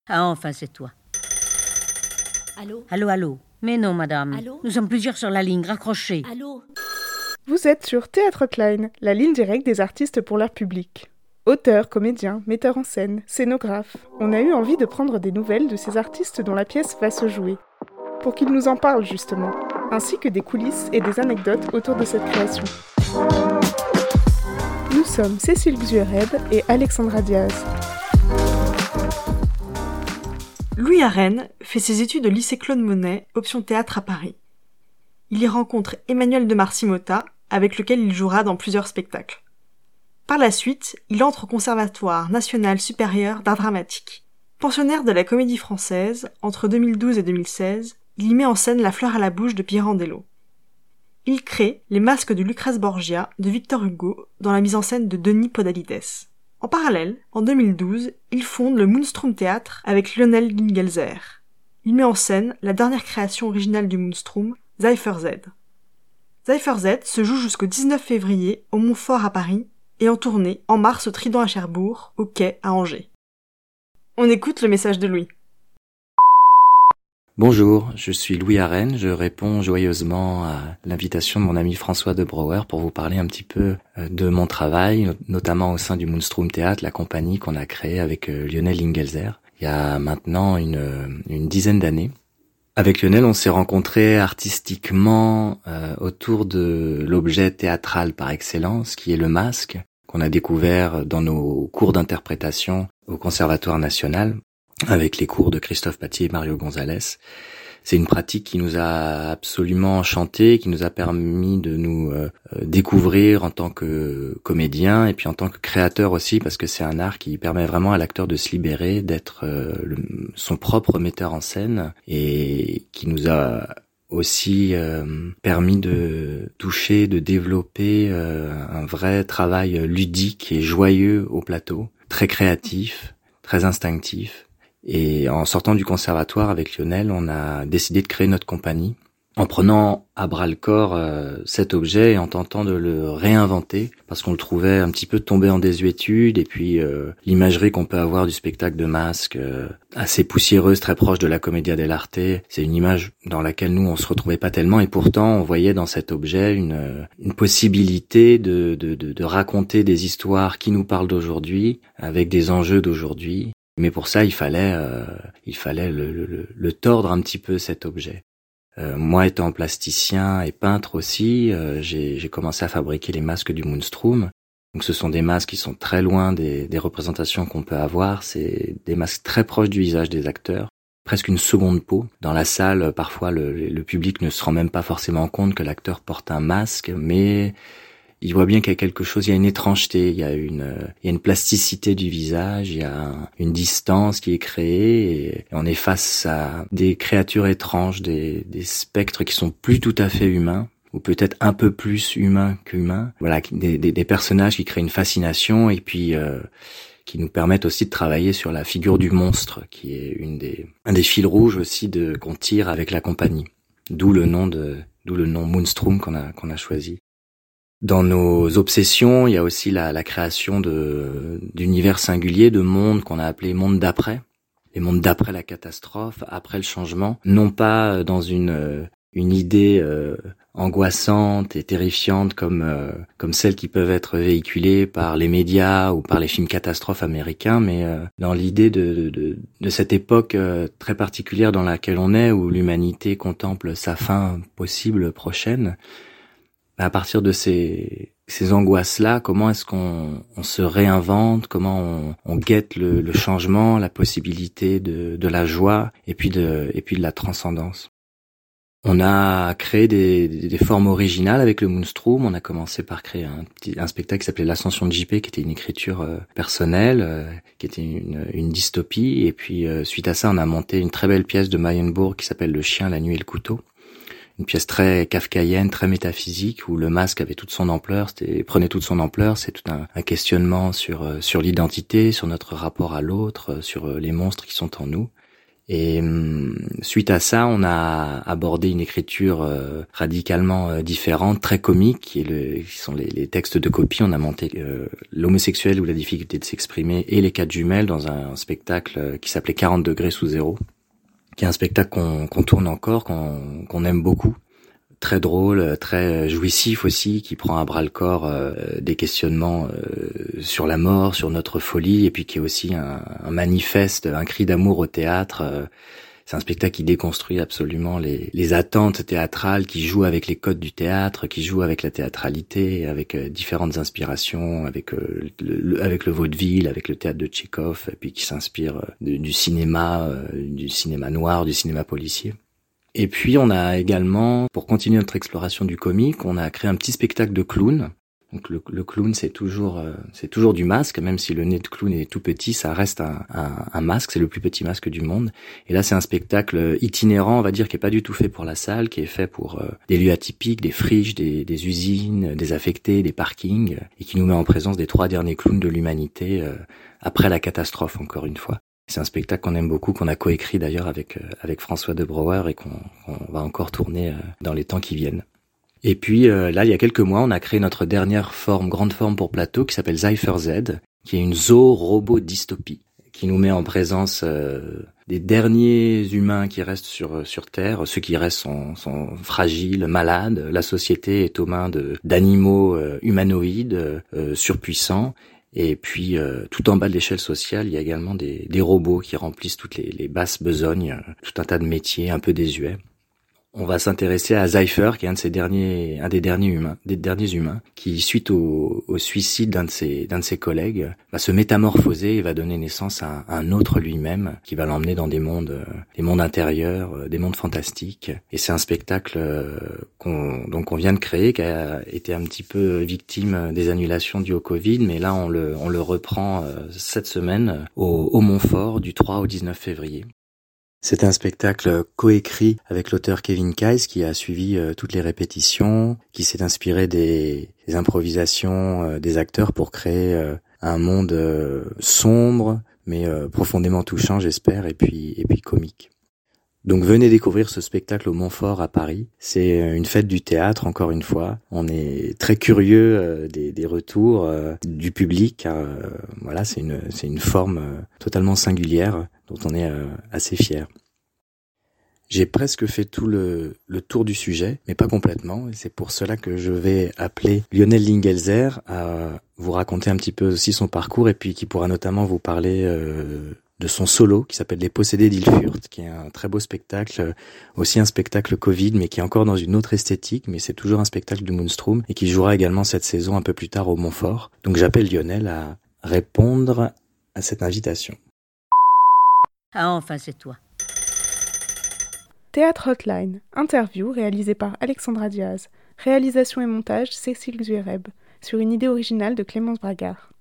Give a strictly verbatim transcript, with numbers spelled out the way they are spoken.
Ah, enfin, c'est toi. Allô? Allô, allô? Mais non, madame. Allô? Nous sommes plusieurs sur la ligne, raccrochez. Allô? Vous êtes sur Théâtre Klein, la ligne directe des artistes pour leur public. Auteurs, comédiens, metteurs en scène, scénographes, on a eu envie de prendre des nouvelles de ces artistes dont la pièce va se jouer, pour qu'ils nous en parlent justement, ainsi que des coulisses et des anecdotes autour de cette création. Nous sommes Cécile Xuered et Alexandra Diaz. Louis Arène fait ses études au lycée Claude Monet, option théâtre à Paris. Il y rencontre Emmanuel de Marcy-Motta, avec lequel il jouera dans plusieurs spectacles. Par la suite, il entre au Conservatoire national supérieur d'art dramatique. Pensionnaire de la Comédie Française, entre deux mille douze et deux mille seize, il y met en scène La fleur à la bouche de Pirandello. Il crée Les masques de Lucrèce Borgia de Victor Hugo dans la mise en scène de Denis Podalides. En parallèle, en deux mille douze, il fonde le Moonstrom Théâtre avec Lionel Lingelser. Il met en scène la dernière création originale du Moonstrom, Cypher Z. Cypher Z se joue jusqu'au dix-neuf février au Montfort à Paris et en tournée en mars au Trident à Cherbourg, au Quai à Angers. On écoute le message de Louis. Bonjour, je suis Louis Arène, je réponds joyeusement à l'invitation de mon ami François de Brouwer pour vous parler un petit peu de mon travail, notamment au sein du Moonstrom Théâtre, la compagnie qu'on a créée avec Lionel Lingelser, il y a maintenant une, une dizaine d'années. Avec Lionel, on s'est rencontrés artistiquement euh, autour de l'objet théâtral par excellence, qui est le masque, qu'on a découvert dans nos cours d'interprétation au Conservatoire national, avec les cours de Christophe Patier et Mario Gonzalez. C'est une pratique qui nous a absolument enchantés, qui nous a permis de nous euh, découvrir en tant que comédien et puis en tant que créateur aussi, parce que c'est un art qui permet vraiment à l'acteur de se libérer, d'être euh, le, son propre metteur en scène, et qui nous a aussi euh, permis de toucher, de développer euh, un vrai travail ludique et joyeux au plateau, très créatif, très instinctif. Et en sortant du conservatoire avec Lionel, on a décidé de créer notre compagnie en prenant à bras le corps euh, cet objet et en tentant de le réinventer parce qu'on le trouvait un petit peu tombé en désuétude, et puis euh, l'imagerie qu'on peut avoir du spectacle de masque euh, assez poussiéreuse, très proche de la Commedia dell'arte, c'est une image dans laquelle nous on se retrouvait pas tellement, et pourtant on voyait dans cet objet une une possibilité de de de, de raconter des histoires qui nous parlent d'aujourd'hui avec des enjeux d'aujourd'hui. Mais pour ça, il fallait, euh, il fallait le, le, le tordre un petit peu, cet objet. Euh, moi, étant plasticien et peintre aussi, euh, j'ai, j'ai commencé à fabriquer les masques du Moonstrom. Donc, ce sont des masques qui sont très loin des, des représentations qu'on peut avoir. C'est des masques très proches du visage des acteurs, presque une seconde peau. Dans la salle, parfois, le, le public ne se rend même pas forcément compte que l'acteur porte un masque, mais il voit bien qu'il y a quelque chose, il y a une étrangeté, il y a une, il y a une plasticité du visage, il y a une distance qui est créée, et on est face à des créatures étranges, des, des spectres qui sont plus tout à fait humains, ou peut-être un peu plus humains qu'humains. Voilà, des, des, des personnages qui créent une fascination, et puis euh, qui nous permettent aussi de travailler sur la figure du monstre, qui est une des, un des fils rouges aussi de qu'on tire avec la compagnie. D'où le nom de, d'où le nom Moonstrom qu'on a qu'on a choisi. Dans nos obsessions, il y a aussi la, la création de d'univers singuliers, de mondes qu'on a appelés mondes d'après, les mondes d'après la catastrophe, après le changement, non pas dans une une idée euh, angoissante et terrifiante comme euh, comme celles qui peuvent être véhiculées par les médias ou par les films catastrophes américains, mais euh, dans l'idée de, de de cette époque euh, très particulière dans laquelle on est, où l'humanité contemple sa fin possible prochaine. À partir de ces, ces angoisses-là, comment est-ce qu'on on se réinvente, comment on, on guette le, le changement, la possibilité de, de la joie et puis de, et puis de la transcendance. On a créé des, des, des formes originales avec le Moonstrom. On a commencé par créer un, petit, un spectacle qui s'appelait L'Ascension de J P, qui était une écriture euh, personnelle, euh, qui était une, une dystopie. Et puis euh, suite à ça, on a monté une très belle pièce de Mayenbourg qui s'appelle Le Chien, la Nuit et le Couteau. Une pièce très kafkaïenne, très métaphysique, où le masque avait toute son ampleur, c'était, prenait toute son ampleur. C'est tout un, un questionnement sur sur l'identité, sur notre rapport à l'autre, sur les monstres qui sont en nous. Et hum, suite à ça, on a abordé une écriture euh, radicalement euh, différente, très comique, qui, est le, qui sont les, les textes de copie. On a monté euh, l'homosexuel ou la difficulté de s'exprimer et les quatre jumelles dans un, un spectacle qui s'appelait quarante degrés sous zéro, qui est un spectacle qu'on, qu'on tourne encore, qu'on, qu'on aime beaucoup. Très drôle, très jouissif aussi, qui prend à bras le corps euh, des questionnements euh, sur la mort, sur notre folie, et puis qui est aussi un, un manifeste, un cri d'amour au théâtre. Euh, c'est un spectacle qui déconstruit absolument les, les attentes théâtrales, qui joue avec les codes du théâtre, qui joue avec la théâtralité, avec euh, différentes inspirations, avec euh, le, avec le vaudeville, avec le théâtre de Tchekhov, et puis qui s'inspire euh, de, du cinéma, euh, du cinéma noir, du cinéma policier. Et puis on a également, pour continuer notre exploration du comique, on a créé un petit spectacle de clown. Donc le, le clown, c'est toujours, euh, c'est toujours du masque, même si le nez de clown est tout petit, ça reste un, un, un masque, c'est le plus petit masque du monde. Et là, c'est un spectacle itinérant, on va dire, qui est pas du tout fait pour la salle, qui est fait pour euh, des lieux atypiques, des friches, des, des usines, des affectés, des parkings, et qui nous met en présence des trois derniers clowns de l'humanité euh, après la catastrophe, encore une fois. C'est un spectacle qu'on aime beaucoup, qu'on a coécrit d'ailleurs avec euh, avec François de Brouwer et qu'on, qu'on va encore tourner euh, dans les temps qui viennent. Et puis euh, là, il y a quelques mois, on a créé notre dernière forme, grande forme pour plateau, qui s'appelle Cypher Z, qui est une zoo-robot-dystopie, qui nous met en présence euh, des derniers humains qui restent sur sur Terre. Ceux qui restent sont, sont fragiles, malades. La société est aux mains de d'animaux euh, humanoïdes, euh, surpuissants. Et puis, euh, tout en bas de l'échelle sociale, il y a également des, des robots qui remplissent toutes les, les basses besognes, euh, tout un tas de métiers un peu désuets. On va s'intéresser à Cypher, qui est un de ces derniers, un des derniers humains, des derniers humains, qui, suite au, au suicide d'un de ses, d'un de ses collègues, va se métamorphoser et va donner naissance à, à un autre lui-même, qui va l'emmener dans des mondes, euh, des mondes intérieurs, euh, des mondes fantastiques. Et c'est un spectacle euh, qu'on, donc on vient de créer, qui a été un petit peu victime des annulations dues au Covid, mais là on le, on le reprend euh, cette semaine au, au Montfort, du trois au dix-neuf février. C'est un spectacle coécrit avec l'auteur Kevin Keyes qui a suivi euh, toutes les répétitions, qui s'est inspiré des, des improvisations euh, des acteurs pour créer euh, un monde euh, sombre mais euh, profondément touchant, j'espère, et puis et puis comique. Donc venez découvrir ce spectacle au Montfort à Paris. C'est une fête du théâtre, encore une fois. On est très curieux euh, des, des retours euh, du public, car euh, voilà, c'est une c'est une forme euh, totalement singulière dont on est euh, assez fier. J'ai presque fait tout le, le tour du sujet, mais pas complètement. Et c'est pour cela que je vais appeler Lionel Lingelser à vous raconter un petit peu aussi son parcours, et puis qui pourra notamment vous parler euh, de son solo qui s'appelle Les Possédés d'Ilfurt, qui est un très beau spectacle, aussi un spectacle Covid, mais qui est encore dans une autre esthétique, mais c'est toujours un spectacle du Moonstrom, et qui jouera également cette saison un peu plus tard au Montfort. Donc j'appelle Lionel à répondre à cette invitation. Ah, enfin, c'est toi. Théâtre Hotline, interview réalisée par Alexandra Diaz, réalisation et montage Cécile Zuereb, sur une idée originale de Clémence Bragard.